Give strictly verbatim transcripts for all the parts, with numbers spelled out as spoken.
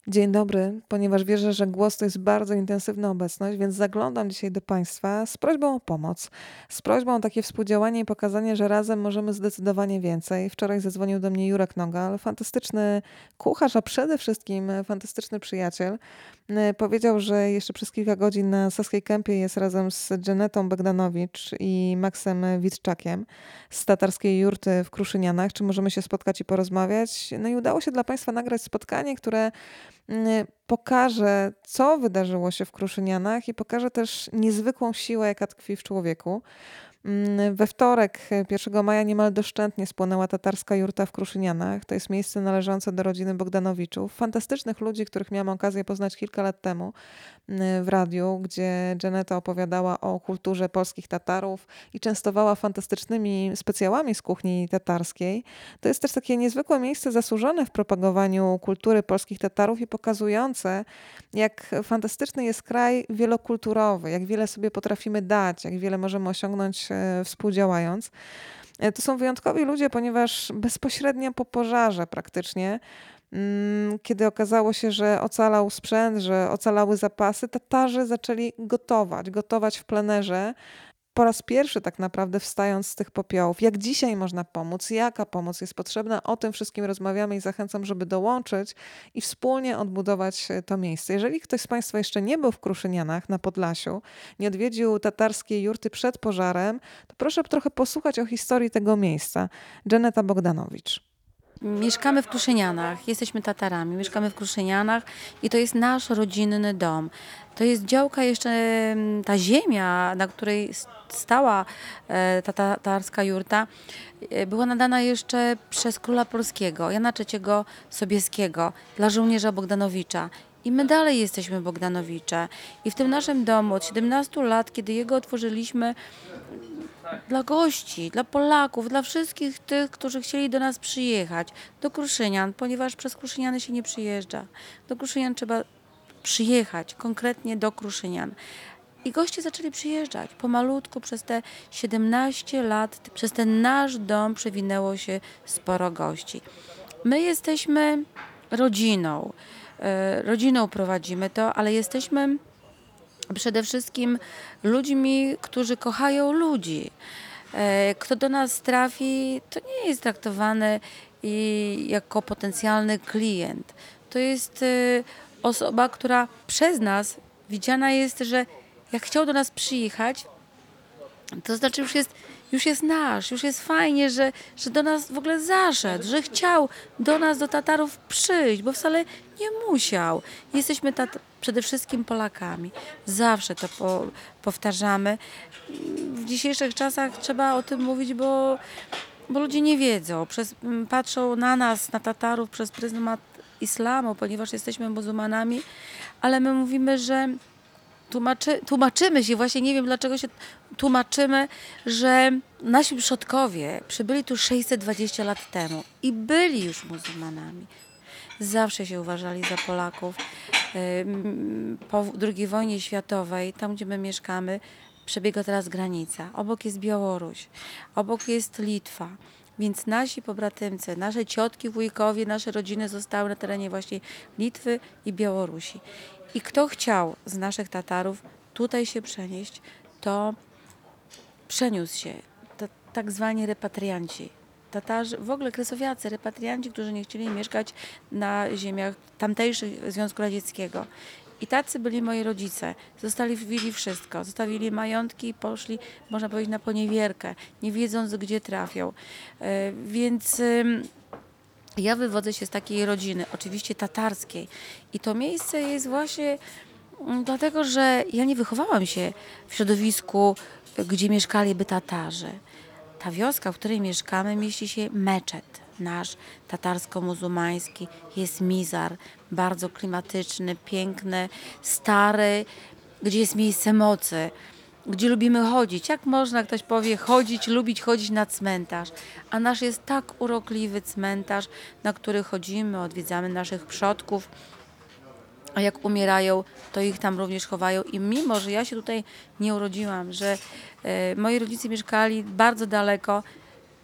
Dzień dobry, ponieważ wierzę, że głos to jest bardzo intensywna obecność, więc zaglądam dzisiaj do Państwa z prośbą o pomoc, z prośbą o takie współdziałanie i pokazanie, że razem możemy zdecydowanie więcej. Wczoraj zadzwonił do mnie Jurek Nogal, fantastyczny kucharz, a przede wszystkim fantastyczny przyjaciel. Y, Powiedział, że jeszcze przez kilka godzin na Saskiej Kępie jest razem z Dżenetą Bogdanowicz i Maksem Witczakiem z tatarskiej jurty w Kruszynianach. Czy możemy się spotkać i porozmawiać? No i udało się dla Państwa nagrać spotkanie, które mm, pokaże, co wydarzyło się w Kruszynianach i pokaże też niezwykłą siłę, jaka tkwi w człowieku. Mm, We wtorek, e, pierwszego maja, niemal doszczętnie spłonęła tatarska jurta w Kruszynianach. To jest miejsce należące do rodziny Bogdanowiczów. Fantastycznych ludzi, których miałam okazję poznać kilka lat temu mm, w radiu, gdzie Janeta opowiadała o kulturze polskich Tatarów i częstowała fantastycznymi specjałami z kuchni tatarskiej. To jest też takie niezwykłe miejsce zasłużone w propagowaniu kultury polskich Tatarów i pokazujące, jak fantastyczny jest kraj wielokulturowy, jak wiele sobie potrafimy dać, jak wiele możemy osiągnąć e, współdziałając. E, To są wyjątkowi ludzie, ponieważ bezpośrednio po pożarze praktycznie, mm, kiedy okazało się, że ocalał sprzęt, że ocalały zapasy, Tatarzy zaczęli gotować, gotować w plenerze. Po raz pierwszy tak naprawdę wstając z tych popiołów. Jak dzisiaj można pomóc? Jaka pomoc jest potrzebna? O tym wszystkim rozmawiamy i zachęcam, żeby dołączyć i wspólnie odbudować e, to miejsce. Jeżeli ktoś z Państwa jeszcze nie był w Kruszynianach na Podlasiu, nie odwiedził tatarskiej jurty przed pożarem, to proszę trochę posłuchać o historii tego miejsca. Dżeneta Bogdanowicz. Mieszkamy w Kruszynianach, jesteśmy Tatarami, mieszkamy w Kruszynianach i to jest nasz rodzinny dom. To jest działka jeszcze, mm, ta ziemia, na której s- stała e, ta tatarska jurta, e, była nadana jeszcze przez króla polskiego, Jana trzeciego Sobieskiego, dla żołnierza Bogdanowicza. I my dalej jesteśmy Bogdanowicze. I w tym naszym domu od siedemnastu lat, kiedy jego otworzyliśmy, dla gości, dla Polaków, dla wszystkich tych, którzy chcieli do nas przyjechać, do Kruszynian, ponieważ przez Kruszyniany się nie przyjeżdża. Do Kruszynian trzeba przyjechać, konkretnie do Kruszynian. I goście zaczęli przyjeżdżać. Pomalutku przez te siedemnaście lat, przez ten nasz dom przewinęło się sporo gości. My jesteśmy rodziną. e, Rodziną prowadzimy to, ale jesteśmy przede wszystkim ludźmi, którzy kochają ludzi. E, Kto do nas trafi, to nie jest traktowany i jako potencjalny klient. To jest e, osoba, która przez nas widziana jest, że jak chciał do nas przyjechać, to znaczy już jest, już jest nasz, już jest fajnie, że, że do nas w ogóle zaszedł, że chciał do nas, do Tatarów przyjść, bo wcale nie musiał. Jesteśmy tat- przede wszystkim Polakami. Zawsze to po, powtarzamy. W dzisiejszych czasach trzeba o tym mówić, bo, bo ludzie nie wiedzą. Przez, m, patrzą na nas, na Tatarów przez pryzmat islamu, ponieważ jesteśmy muzułmanami, ale my mówimy, że Tłumaczy, tłumaczymy się, właśnie nie wiem dlaczego się tłumaczymy, że nasi przodkowie przybyli tu sześćset dwadzieścia lat temu i byli już muzułmanami. Zawsze się uważali za Polaków. Ym, Po drugiej wojnie światowej, tam gdzie my mieszkamy, przebiega teraz granica. Obok jest Białoruś, obok jest Litwa. Więc nasi pobratymcy, nasze ciotki, wujkowie, nasze rodziny zostały na terenie właśnie Litwy i Białorusi. I kto chciał z naszych Tatarów tutaj się przenieść, to przeniósł się. To tak zwani repatrianci. Tatarzy, w ogóle kresowiacy, repatrianci, którzy nie chcieli mieszkać na ziemiach tamtejszych Związku Radzieckiego. I tacy byli moi rodzice. Zostawili wszystko. Zostawili majątki i poszli, można powiedzieć, na poniewierkę, nie wiedząc, gdzie trafią. E, Więc ym, ja wywodzę się z takiej rodziny, oczywiście tatarskiej. I to miejsce jest właśnie mm, dlatego, że ja nie wychowałam się w środowisku, gdzie mieszkaliby Tatarzy. Ta wioska, w której mieszkamy, mieści się meczet nasz tatarsko-muzułmański. Jest mizar, bardzo klimatyczny, piękny, stary, gdzie jest miejsce mocy, gdzie lubimy chodzić. Jak można, ktoś powie, chodzić, lubić chodzić na cmentarz. A nasz jest tak urokliwy cmentarz, na który chodzimy, odwiedzamy naszych przodków. A jak umierają, to ich tam również chowają. I mimo, że ja się tutaj nie urodziłam, że e, moi rodzice mieszkali bardzo daleko,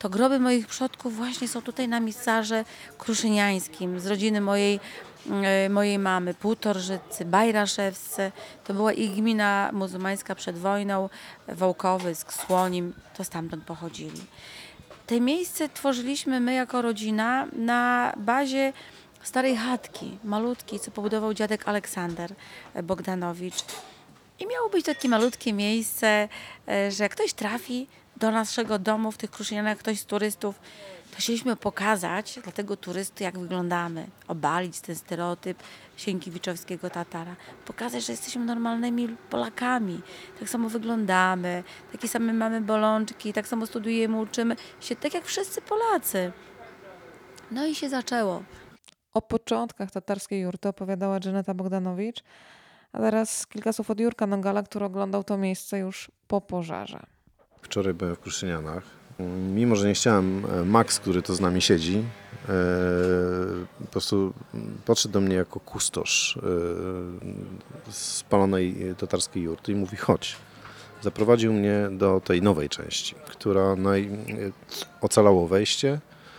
to groby moich przodków właśnie są tutaj na Misarze Kruszyniańskim z rodziny mojej, e, mojej mamy, Półtorżycy, Bajraszewscy. To była ich gmina muzułmańska przed wojną, Wołkowysk, Słonim, to stamtąd pochodzili. To miejsce tworzyliśmy my jako rodzina na bazie starej chatki, malutkiej, co pobudował dziadek Aleksander Bogdanowicz. I miało być takie malutkie miejsce, e, że jak ktoś trafi do naszego domu w tych Kruszynianach, ktoś z turystów, to chcieliśmy pokazać dla tego turysty, jak wyglądamy, obalić ten stereotyp sienkiewiczowskiego Tatara, pokazać, że jesteśmy normalnymi Polakami, tak samo wyglądamy, takie same mamy bolączki, tak samo studiujemy, uczymy się, tak jak wszyscy Polacy. No i się zaczęło. O początkach tatarskiej jurty opowiadała Dżeneta Bogdanowicz, a teraz kilka słów od Jurka Nogala, który oglądał to miejsce już po pożarze. Wczoraj byłem w Kruszynianach. Mimo że nie chciałem, Max, który tu z nami siedzi, e, po prostu podszedł do mnie jako kustosz e, spalonej tatarskiej jurty i mówi: chodź. Zaprowadził mnie do tej nowej części, która naj... ocalało wejście.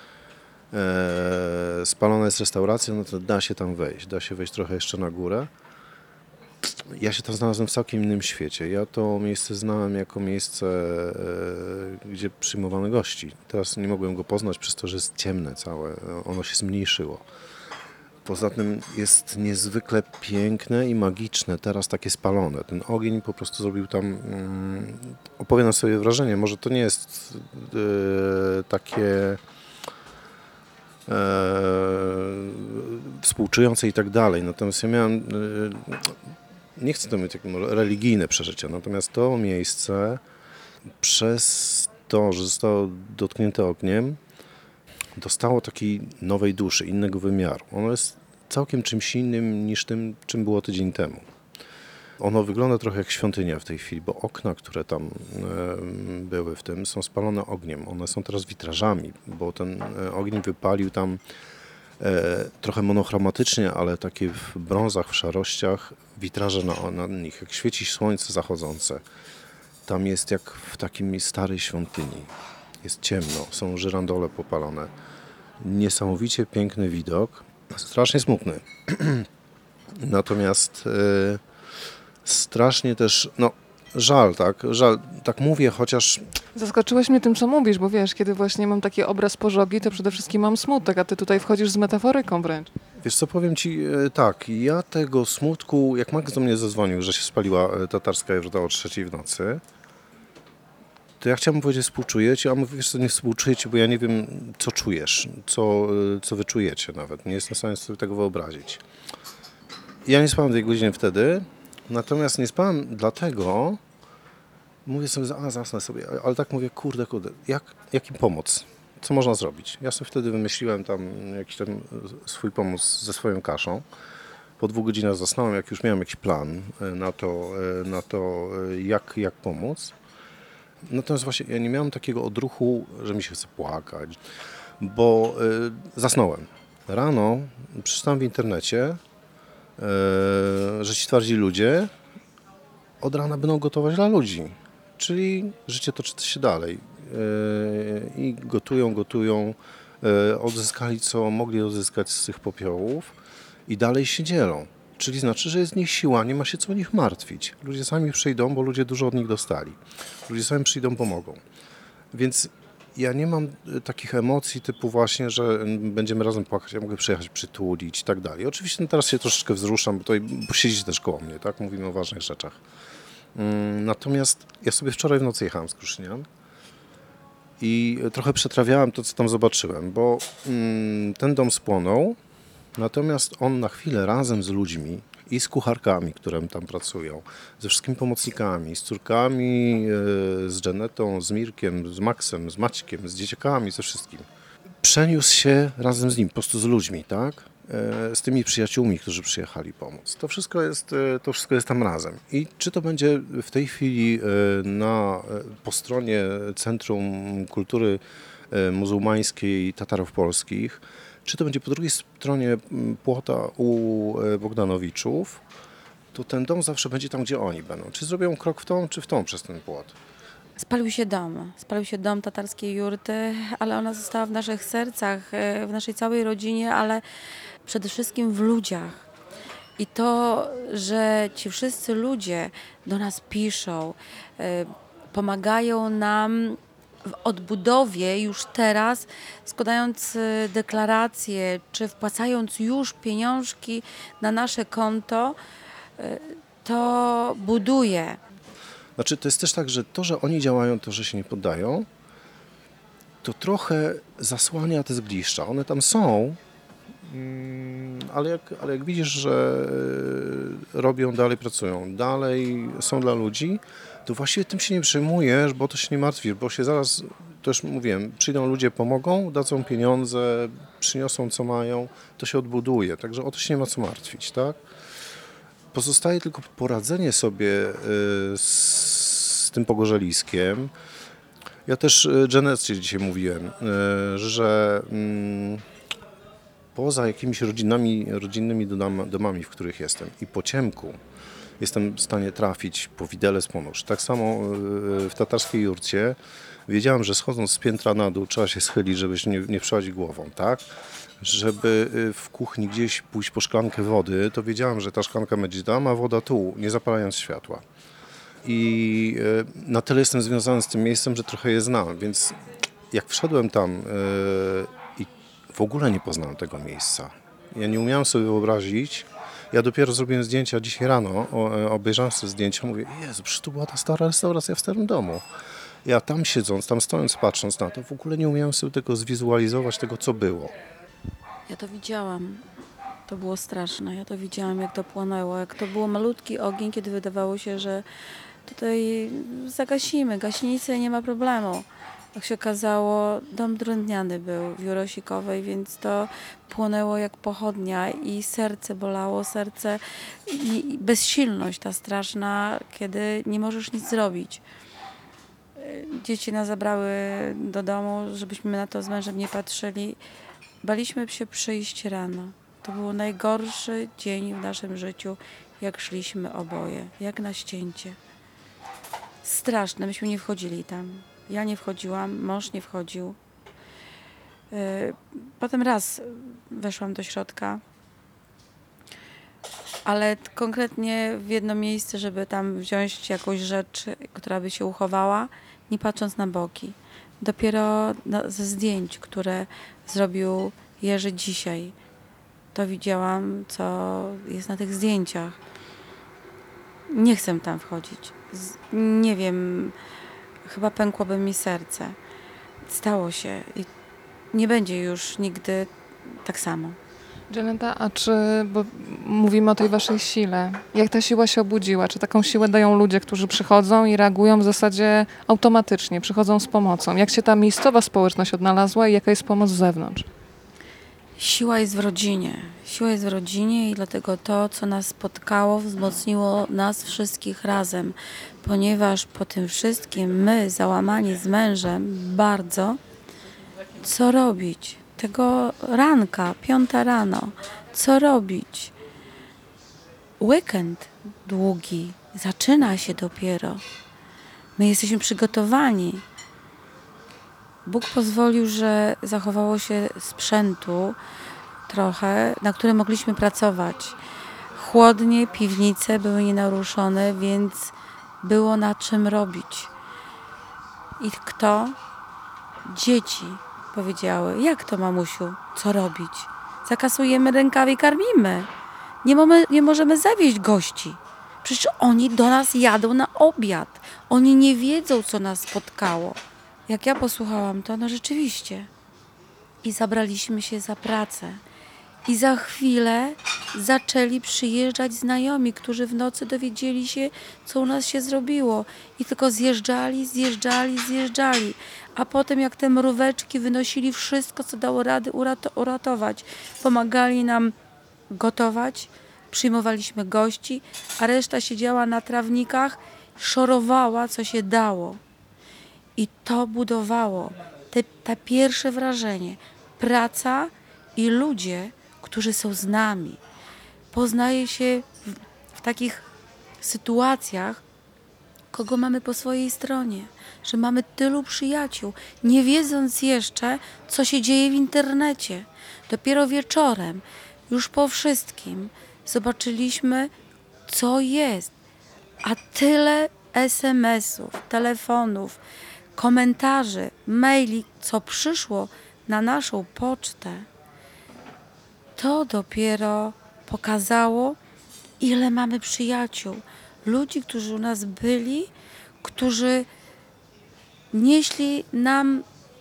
E, spalona jest restauracja, no to da się tam wejść. Da się wejść trochę jeszcze na górę. Ja się tam znalazłem w całkiem innym świecie. Ja to miejsce znałem jako miejsce, e, gdzie przyjmowano gości. Teraz nie mogłem go poznać przez to, że jest ciemne całe. Ono się zmniejszyło. Poza tym jest niezwykle piękne i magiczne, teraz takie spalone. Ten ogień po prostu zrobił tam, mm, opowiadam sobie wrażenie, może to nie jest e, takie e, współczujące i tak dalej, natomiast ja miałem, e, nie chcę to mieć takie może religijne przeżycia, natomiast to miejsce przez to, że zostało dotknięte ogniem, dostało takiej nowej duszy, innego wymiaru. Ono jest całkiem czymś innym niż tym, czym było tydzień temu. Ono wygląda trochę jak świątynia w tej chwili, bo okna, które tam e, były w tym, są spalone ogniem. One są teraz witrażami, bo ten e, ogień wypalił tam e, trochę monochromatycznie, ale takie w brązach, w szarościach, witraże na, na nich, jak świeci słońce zachodzące. Tam jest jak w takiej starej świątyni. Jest ciemno, są żyrandole popalone. Niesamowicie piękny widok, strasznie smutny. Natomiast e, strasznie też, no żal, tak, żal, tak mówię, chociaż Zaskoczyłeś mnie tym, co mówisz, bo wiesz, kiedy właśnie mam taki obraz pożogi, to przede wszystkim mam smutek, a ty tutaj wchodzisz z metaforyką wręcz. wiesz co, powiem ci e, tak, ja tego smutku, jak Max do mnie zadzwonił, że się spaliła e, tatarska jurta o trzeciej w nocy, to ja chciałem powiedzieć współczuję ci, a mówię, wiesz co, nie współczuję ci, bo ja nie wiem, co czujesz, co, e, co wy czujecie nawet, nie jestem w stanie sobie tego wyobrazić. Ja nie spałem tej godziny wtedy, natomiast nie spałem dlatego, mówię sobie, a zasnę sobie, ale tak mówię, kurde, kurde, jak, jak im pomóc? Co można zrobić? Ja sobie wtedy wymyśliłem tam jakiś tam swój pomysł ze swoją kaszą. Po dwóch godzinach zasnąłem, jak już miałem jakiś plan na to, na to jak, jak pomóc. Natomiast właśnie ja nie miałem takiego odruchu, że mi się chce płakać, bo y, zasnąłem. Rano przeczytałem w internecie, y, że ci twardzi ludzie od rana będą gotować dla ludzi. Czyli życie toczy się dalej. Yy, I gotują, gotują, yy, odzyskali co mogli odzyskać z tych popiołów i dalej się dzielą. Czyli znaczy, że jest w nich siła, nie ma się co o nich martwić. Ludzie sami przyjdą, bo ludzie dużo od nich dostali. Ludzie sami przyjdą, pomogą. Więc ja nie mam takich emocji typu właśnie, że będziemy razem płakać, ja mogę przyjechać, przytulić i tak dalej. Oczywiście no teraz się troszeczkę wzruszam, bo tutaj bo siedzicie też koło mnie, tak? Mówimy o ważnych rzeczach. Natomiast ja sobie wczoraj w nocy jechałem z Kruszynian i trochę przetrawiałem to, co tam zobaczyłem, bo ten dom spłonął, natomiast on na chwilę razem z ludźmi i z kucharkami, które tam pracują, ze wszystkimi pomocnikami, z córkami, z Dżenetą, z Mirkiem, z Maxem, z Maćkiem, z dzieciakami, ze wszystkim. Przeniósł się razem z nim, po prostu z ludźmi, tak? Z tymi przyjaciółmi, którzy przyjechali pomóc. To wszystko jest, to wszystko jest tam razem. I czy to będzie w tej chwili na, po stronie Centrum Kultury Muzułmańskiej Tatarów Polskich, czy to będzie po drugiej stronie płota u Bogdanowiczów, to ten dom zawsze będzie tam, gdzie oni będą. Czy zrobią krok w tą, czy w tą przez ten płot. Spalił się dom, spalił się dom tatarskiej jurty, ale ona została w naszych sercach, e, w naszej całej rodzinie, ale przede wszystkim w ludziach. I to, że ci wszyscy ludzie do nas piszą, e, pomagają nam w odbudowie już teraz, składając e, deklaracje, czy wpłacając już pieniążki na nasze konto, e, to buduje. Znaczy, to jest też tak, że to, że oni działają, to, że się nie poddają, to trochę zasłania te zgliszcza. One tam są, mm, ale jak, ale jak widzisz, że y, robią, dalej pracują, dalej są dla ludzi, to właściwie tym się nie przejmujesz, bo to się nie martwisz, bo się zaraz, to już mówiłem, przyjdą ludzie, pomogą, dadzą pieniądze, przyniosą co mają, to się odbuduje, także o to się nie ma co martwić, tak? Pozostaje tylko poradzenie sobie y, z tym pogorzeliskiem. Ja też y, Janetcie dzisiaj mówiłem, y, że mm, poza jakimiś rodzinami, rodzinnymi dom- domami, w których jestem i po ciemku jestem w stanie trafić po widelec, po nóż. Tak samo y, w tatarskiej jurcie wiedziałem, że schodząc z piętra na dół trzeba się schylić, żeby się nie, nie przeładzić głową, tak? Żeby y, w kuchni gdzieś pójść po szklankę wody, to wiedziałem, że ta szklanka będzie tam, a woda tu, nie zapalając światła. I y, na tyle jestem związany z tym miejscem, że trochę je znam, więc jak wszedłem tam y, i w ogóle nie poznałem tego miejsca, ja nie umiałem sobie wyobrazić, ja dopiero zrobiłem zdjęcia dzisiaj rano, o, obejrzałem sobie zdjęcia, mówię, Jezu, przecież tu była ta stara restauracja w starym domu. Ja tam siedząc, tam stojąc, patrząc na to, w ogóle nie umiałem sobie tego zwizualizować, tego co było. Ja to widziałam. To było straszne. Ja to widziałam, jak to płonęło. Jak to było malutki ogień, kiedy wydawało się, że tutaj zagasimy, gaśnicy, nie ma problemu. Jak się okazało, dom drewniany był w Jurosikowej, więc to płonęło jak pochodnia i serce bolało, serce i i bezsilność ta straszna, kiedy nie możesz nic zrobić. Dzieci nas zabrały do domu, żebyśmy na to z mężem nie patrzyli. Baliśmy się przyjść rano. To był najgorszy dzień w naszym życiu, jak szliśmy oboje, jak na ścięcie. Straszne, myśmy nie wchodzili tam. Ja nie wchodziłam, mąż nie wchodził. Yy, Potem raz weszłam do środka, ale t- konkretnie w jedno miejsce, żeby tam wziąć jakąś rzecz, która by się uchowała, nie patrząc na boki. Dopiero na, ze zdjęć, które zrobił Jerzy dzisiaj, to widziałam, co jest na tych zdjęciach. Nie chcę tam wchodzić. Z, nie wiem, chyba pękłoby mi serce. Stało się i nie będzie już nigdy tak samo. Janeta, a czy, bo mówimy o tej waszej sile, jak ta siła się obudziła? Czy taką siłę dają ludzie, którzy przychodzą i reagują w zasadzie automatycznie, przychodzą z pomocą? Jak się ta miejscowa społeczność odnalazła i jaka jest pomoc z zewnątrz? Siła jest w rodzinie. Siła jest w rodzinie i dlatego to, co nas spotkało, wzmocniło nas wszystkich razem. Ponieważ po tym wszystkim my, załamani z mężem bardzo, co robić? Tego ranka, piąta rano, co robić? Weekend długi, zaczyna się dopiero. My jesteśmy przygotowani. Bóg pozwolił, że zachowało się sprzętu trochę, na którym mogliśmy pracować. Chłodnie, piwnice były nienaruszone, więc było na czym robić. I kto? Dzieci powiedziały, jak to mamusiu, co robić? Zakasujemy rękawy i karmimy. Nie, mamy, nie możemy zawieźć gości. Przecież oni do nas jadą na obiad. Oni nie wiedzą, co nas spotkało. Jak ja posłuchałam to, no rzeczywiście. I zabraliśmy się za pracę. I za chwilę zaczęli przyjeżdżać znajomi, którzy w nocy dowiedzieli się, co u nas się zrobiło. I tylko zjeżdżali, zjeżdżali, zjeżdżali. A potem jak te mróweczki wynosili wszystko, co dało rady urato- uratować. Pomagali nam gotować, przyjmowaliśmy gości, a reszta siedziała na trawnikach, szorowała, co się dało. I to budowało te, te pierwsze wrażenie. Praca i ludzie, którzy są z nami. Poznaje się w, w takich sytuacjach, kogo mamy po swojej stronie, że mamy tylu przyjaciół, nie wiedząc jeszcze, co się dzieje w internecie. Dopiero wieczorem, już po wszystkim, zobaczyliśmy, co jest. A tyle es em esów, telefonów, komentarzy, maili, co przyszło na naszą pocztę, to dopiero pokazało, ile mamy przyjaciół. Ludzi, którzy u nas byli, którzy nieśli nam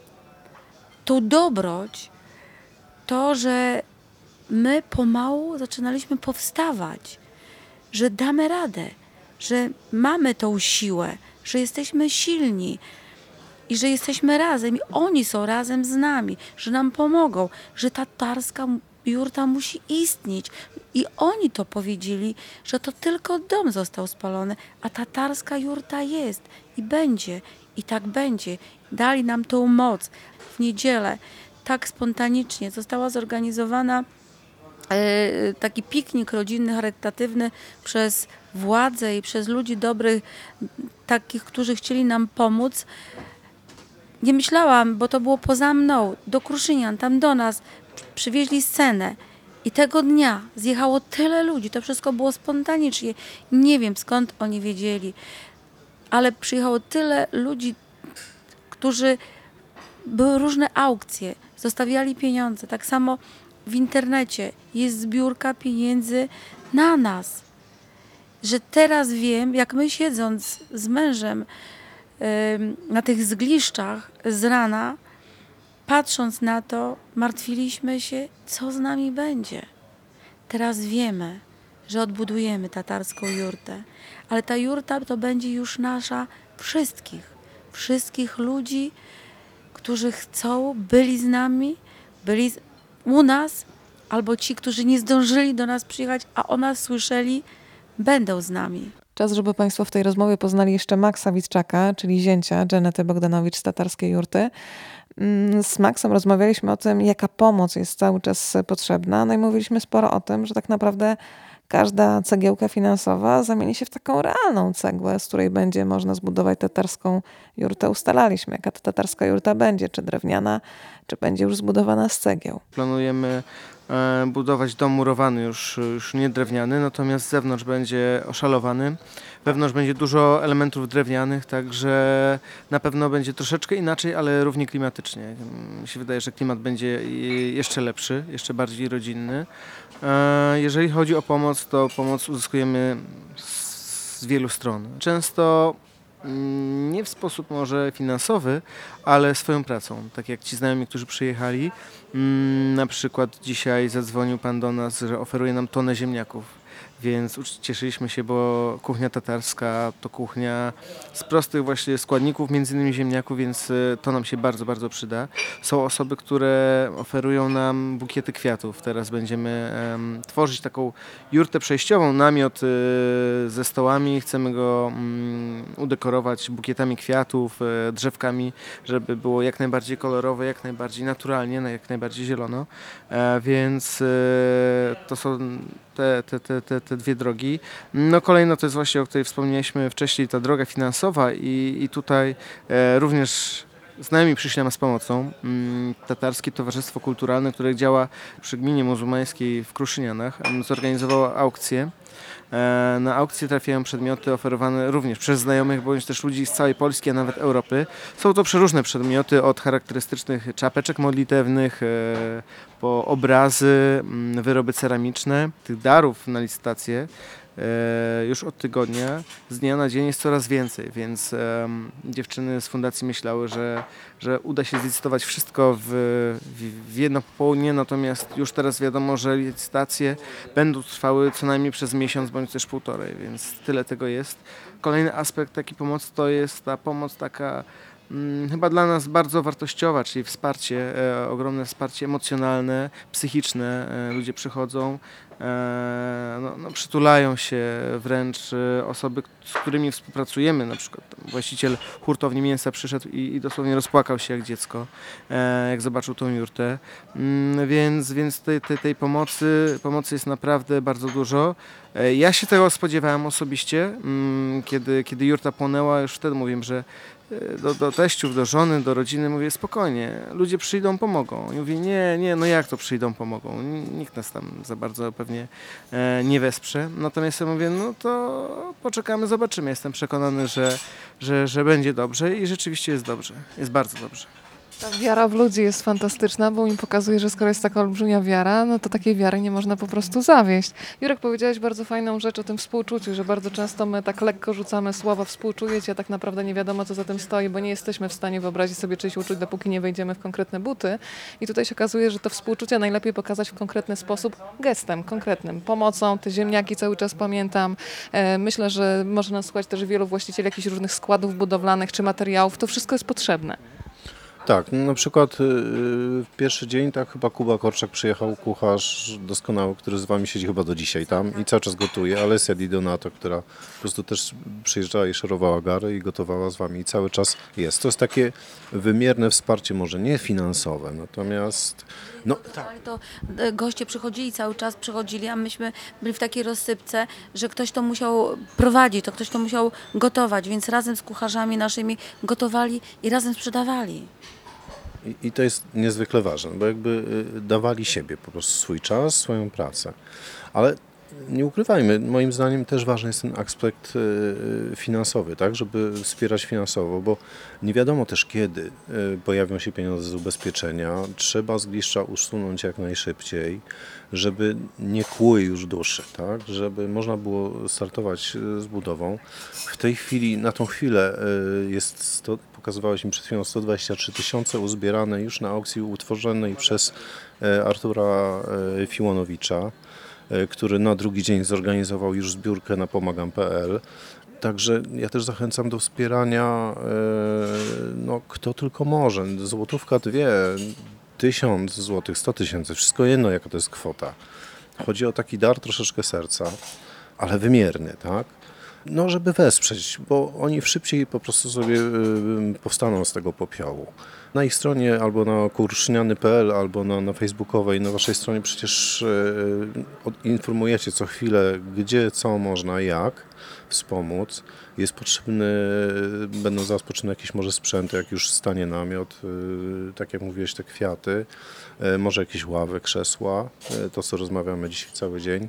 tą dobroć, to, że my pomału zaczynaliśmy powstawać, że damy radę, że mamy tą siłę, że jesteśmy silni i że jesteśmy razem i oni są razem z nami, że nam pomogą, że tatarska jurta musi istnieć. I oni to powiedzieli, że to tylko dom został spalony, a tatarska jurta jest i będzie. I tak będzie. Dali nam tą moc. W niedzielę tak spontanicznie została zorganizowana e, taki piknik rodzinny, charytatywny przez władze i przez ludzi dobrych, takich, którzy chcieli nam pomóc. Nie myślałam, bo to było poza mną, do Kruszynian, tam do nas. Przywieźli scenę i tego dnia zjechało tyle ludzi, to wszystko było spontanicznie. Nie wiem, skąd oni wiedzieli, ale przyjechało tyle ludzi, którzy, były różne aukcje, zostawiali pieniądze. Tak samo w internecie jest zbiórka pieniędzy na nas. Że teraz wiem, jak my siedząc z mężem yy, na tych zgliszczach z rana, patrząc na to, martwiliśmy się, co z nami będzie. Teraz wiemy, że odbudujemy tatarską jurtę, ale ta jurta to będzie już nasza wszystkich, wszystkich ludzi, którzy chcą, byli z nami, byli u nas, albo ci, którzy nie zdążyli do nas przyjechać, a o nas słyszeli, będą z nami. Czas, żeby Państwo w tej rozmowie poznali jeszcze Maxa Witczaka, czyli zięcia Genety Bogdanowicz z tatarskiej jurty. Z Maxem rozmawialiśmy o tym, jaka pomoc jest cały czas potrzebna. No i mówiliśmy sporo o tym, że tak naprawdę każda cegiełka finansowa zamieni się w taką realną cegłę, z której będzie można zbudować tatarską jurtę. Ustalaliśmy, jaka ta tatarska jurta będzie, czy drewniana, czy będzie już zbudowana z cegieł. Planujemy e, budować dom murowany, już, już nie drewniany, natomiast z zewnątrz będzie oszalowany. Wewnątrz będzie dużo elementów drewnianych, także na pewno będzie troszeczkę inaczej, ale równie klimatycznie. Mi się wydaje, że klimat będzie jeszcze lepszy, jeszcze bardziej rodzinny. E, jeżeli chodzi o pomoc, to pomoc uzyskujemy z wielu stron. Często nie w sposób może finansowy, ale swoją pracą. Tak jak ci znajomi, którzy przyjechali. Na przykład dzisiaj zadzwonił pan do nas, że oferuje nam tonę ziemniaków. Więc cieszyliśmy się, bo kuchnia tatarska to kuchnia z prostych właśnie składników, między innymi ziemniaków, więc to nam się bardzo, bardzo przyda. Są osoby, które oferują nam bukiety kwiatów. Teraz będziemy um, tworzyć taką jurtę przejściową, namiot y, ze stołami. Chcemy go um, udekorować bukietami kwiatów, y, drzewkami, żeby było jak najbardziej kolorowe, jak najbardziej naturalnie, jak najbardziej zielono. E, więc y, to są te, te, te, te, te dwie drogi. No kolejno to jest właśnie, o której wspomnieliśmy wcześniej, ta droga finansowa i, i tutaj e, również znajomi przyszli nam z pomocą. Mm, Tatarskie Towarzystwo Kulturalne, które działa przy gminie muzułmańskiej w Kruszynianach, zorganizowało aukcję. E, na aukcję trafiają przedmioty oferowane również przez znajomych, bądź też ludzi z całej Polski, a nawet Europy. Są to przeróżne przedmioty, od charakterystycznych czapeczek modlitewnych, e, po obrazy, m, wyroby ceramiczne. Tych darów na licytację e, już od tygodnia, z dnia na dzień jest coraz więcej, więc e, dziewczyny z fundacji myślały, że, że uda się zlicytować wszystko w, w, w jedno popołudnie, natomiast już teraz wiadomo, że licytacje będą trwały co najmniej przez miesiąc, bądź też półtorej, więc tyle tego jest. Kolejny aspekt takiej pomocy to jest ta pomoc taka mm, chyba dla nas bardzo wartościowa, czyli wsparcie, e, ogromne wsparcie emocjonalne, psychiczne. E, ludzie przychodzą, e, no, no, przytulają się wręcz e, osoby, z którymi współpracujemy, na przykład tam właściciel hurtowni mięsa przyszedł i, i dosłownie rozpłakał się jak dziecko, e, jak zobaczył tą jurtę. Mm, więc więc tej, tej, tej pomocy, pomocy jest naprawdę bardzo dużo. E, ja się tego spodziewałem osobiście, mm, kiedy, kiedy jurta płonęła, już wtedy mówiłem, że do, do teściów, do żony, do rodziny mówię spokojnie, ludzie przyjdą, pomogą. I mówię nie, nie, no jak to przyjdą, pomogą? Nikt nas tam za bardzo pewnie e, nie wesprze. Natomiast ja mówię, no to poczekamy, zobaczymy. Jestem przekonany, że, że, że będzie dobrze i rzeczywiście jest dobrze. Jest bardzo dobrze. Ta wiara w ludzi jest fantastyczna, bo mi pokazuje, że skoro jest taka olbrzymia wiara, no to takiej wiary nie można po prostu zawieść. Jurek, powiedziałeś bardzo fajną rzecz o tym współczuciu, że bardzo często my tak lekko rzucamy słowa współczujecie, a tak naprawdę nie wiadomo, co za tym stoi, bo nie jesteśmy w stanie wyobrazić sobie czyjś uczuć, dopóki nie wejdziemy w konkretne buty. I tutaj się okazuje, że to współczucie najlepiej pokazać w konkretny sposób, gestem konkretnym, pomocą. Te ziemniaki cały czas pamiętam. E, myślę, że może nas słuchać też wielu właścicieli jakichś różnych składów budowlanych czy materiałów. To wszystko jest potrzebne. Tak, no na przykład y, w pierwszy dzień tak chyba Kuba Korczak przyjechał, kucharz doskonały, który z wami siedzi chyba do dzisiaj tam i cały czas gotuje, Alessia Di Donato, która po prostu też przyjeżdżała i szerowała gary i gotowała z wami i cały czas jest. To jest takie wymierne wsparcie, może nie finansowe, natomiast no tak. Ale to e, goście przychodzili cały czas, przychodzili, a myśmy byli w takiej rozsypce, że ktoś to musiał prowadzić, to ktoś to musiał gotować, więc razem z kucharzami naszymi gotowali i razem sprzedawali. I, I to jest niezwykle ważne, bo jakby y, dawali siebie, po prostu swój czas, swoją pracę. Ale nie ukrywajmy, moim zdaniem też ważny jest ten aspekt y, finansowy, tak, żeby wspierać finansowo, bo nie wiadomo też kiedy y, pojawią się pieniądze z ubezpieczenia. Trzeba z gliszcza usunąć jak najszybciej, żeby nie kłuły już duszy, tak, żeby można było startować y, z budową. W tej chwili, na tą chwilę y, jest, sto, pokazywałeś mi przed chwilą, sto dwadzieścia trzy tysiące uzbierane już na aukcji utworzonej przez y, Artura y, Fiłonowicza, który na drugi dzień zorganizował już zbiórkę na pomagam kropka pe el. Także ja też zachęcam do wspierania, no kto tylko może. Złotówka, dwie, tysiąc złotych, sto tysięcy, wszystko jedno jaka to jest kwota. Chodzi o taki dar troszeczkę serca, ale wymierny, tak? No żeby wesprzeć, bo oni szybciej po prostu sobie powstaną z tego popiołu. Na ich stronie albo na kurszniany kropka pe el, albo na, na facebookowej, na waszej stronie przecież e, informujecie co chwilę, gdzie, co można, jak wspomóc. Jest potrzebny, będą zaraz potrzebne jakieś może sprzęty, jak już stanie namiot, e, tak jak mówiłeś, te kwiaty, e, może jakieś ławy, krzesła, e, to co rozmawiamy dzisiaj cały dzień.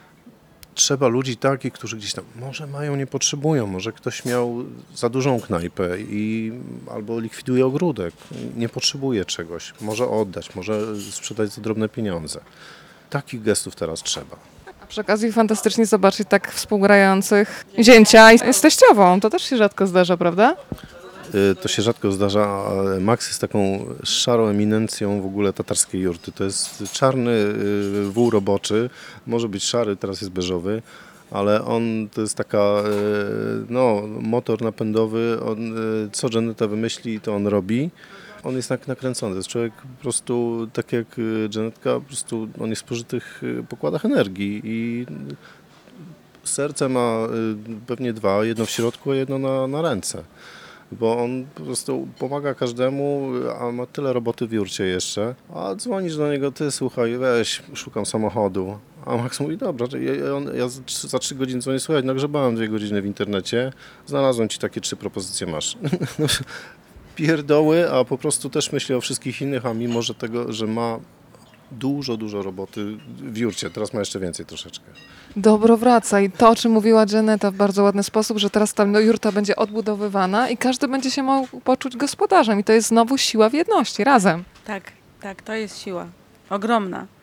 Trzeba ludzi takich, którzy gdzieś tam może mają, nie potrzebują, może ktoś miał za dużą knajpę i albo likwiduje ogródek, nie potrzebuje czegoś, może oddać, może sprzedać za drobne pieniądze. Takich gestów teraz trzeba. A przy okazji fantastycznie zobaczyć tak współgrających zięcia i z teściową. To też się rzadko zdarza, prawda? To się rzadko zdarza, ale Max jest taką szarą eminencją w ogóle tatarskiej jurty. To jest czarny wół roboczy, może być szary, teraz jest beżowy, ale on to jest taka, no, motor napędowy, on, co Janeta wymyśli, to on robi. On jest tak nakręcony, to jest człowiek po prostu, tak jak Janetka, po prostu on jest w spożytych pokładach energii i serce ma pewnie dwa, jedno w środku, a jedno na, na ręce. Bo on po prostu pomaga każdemu, a ma tyle roboty w jurcie jeszcze. A dzwonisz do niego, ty słuchaj, weź, szukam samochodu. A Max mówi, dobra, ja, on, ja za trzy godziny dzwonię, słuchaj, nagrzebałem dwie godziny w internecie, znalazłem ci takie trzy propozycje, masz. Pierdoły, a po prostu też myśli o wszystkich innych, a mimo że tego, że ma dużo, dużo roboty w jurcie, teraz ma jeszcze więcej troszeczkę. Dobro wraca i to, o czym mówiła Janeta w bardzo ładny sposób, że teraz ta no, jurta będzie odbudowywana i każdy będzie się mógł poczuć gospodarzem i to jest znowu siła w jedności, razem. Tak, tak, to jest siła ogromna.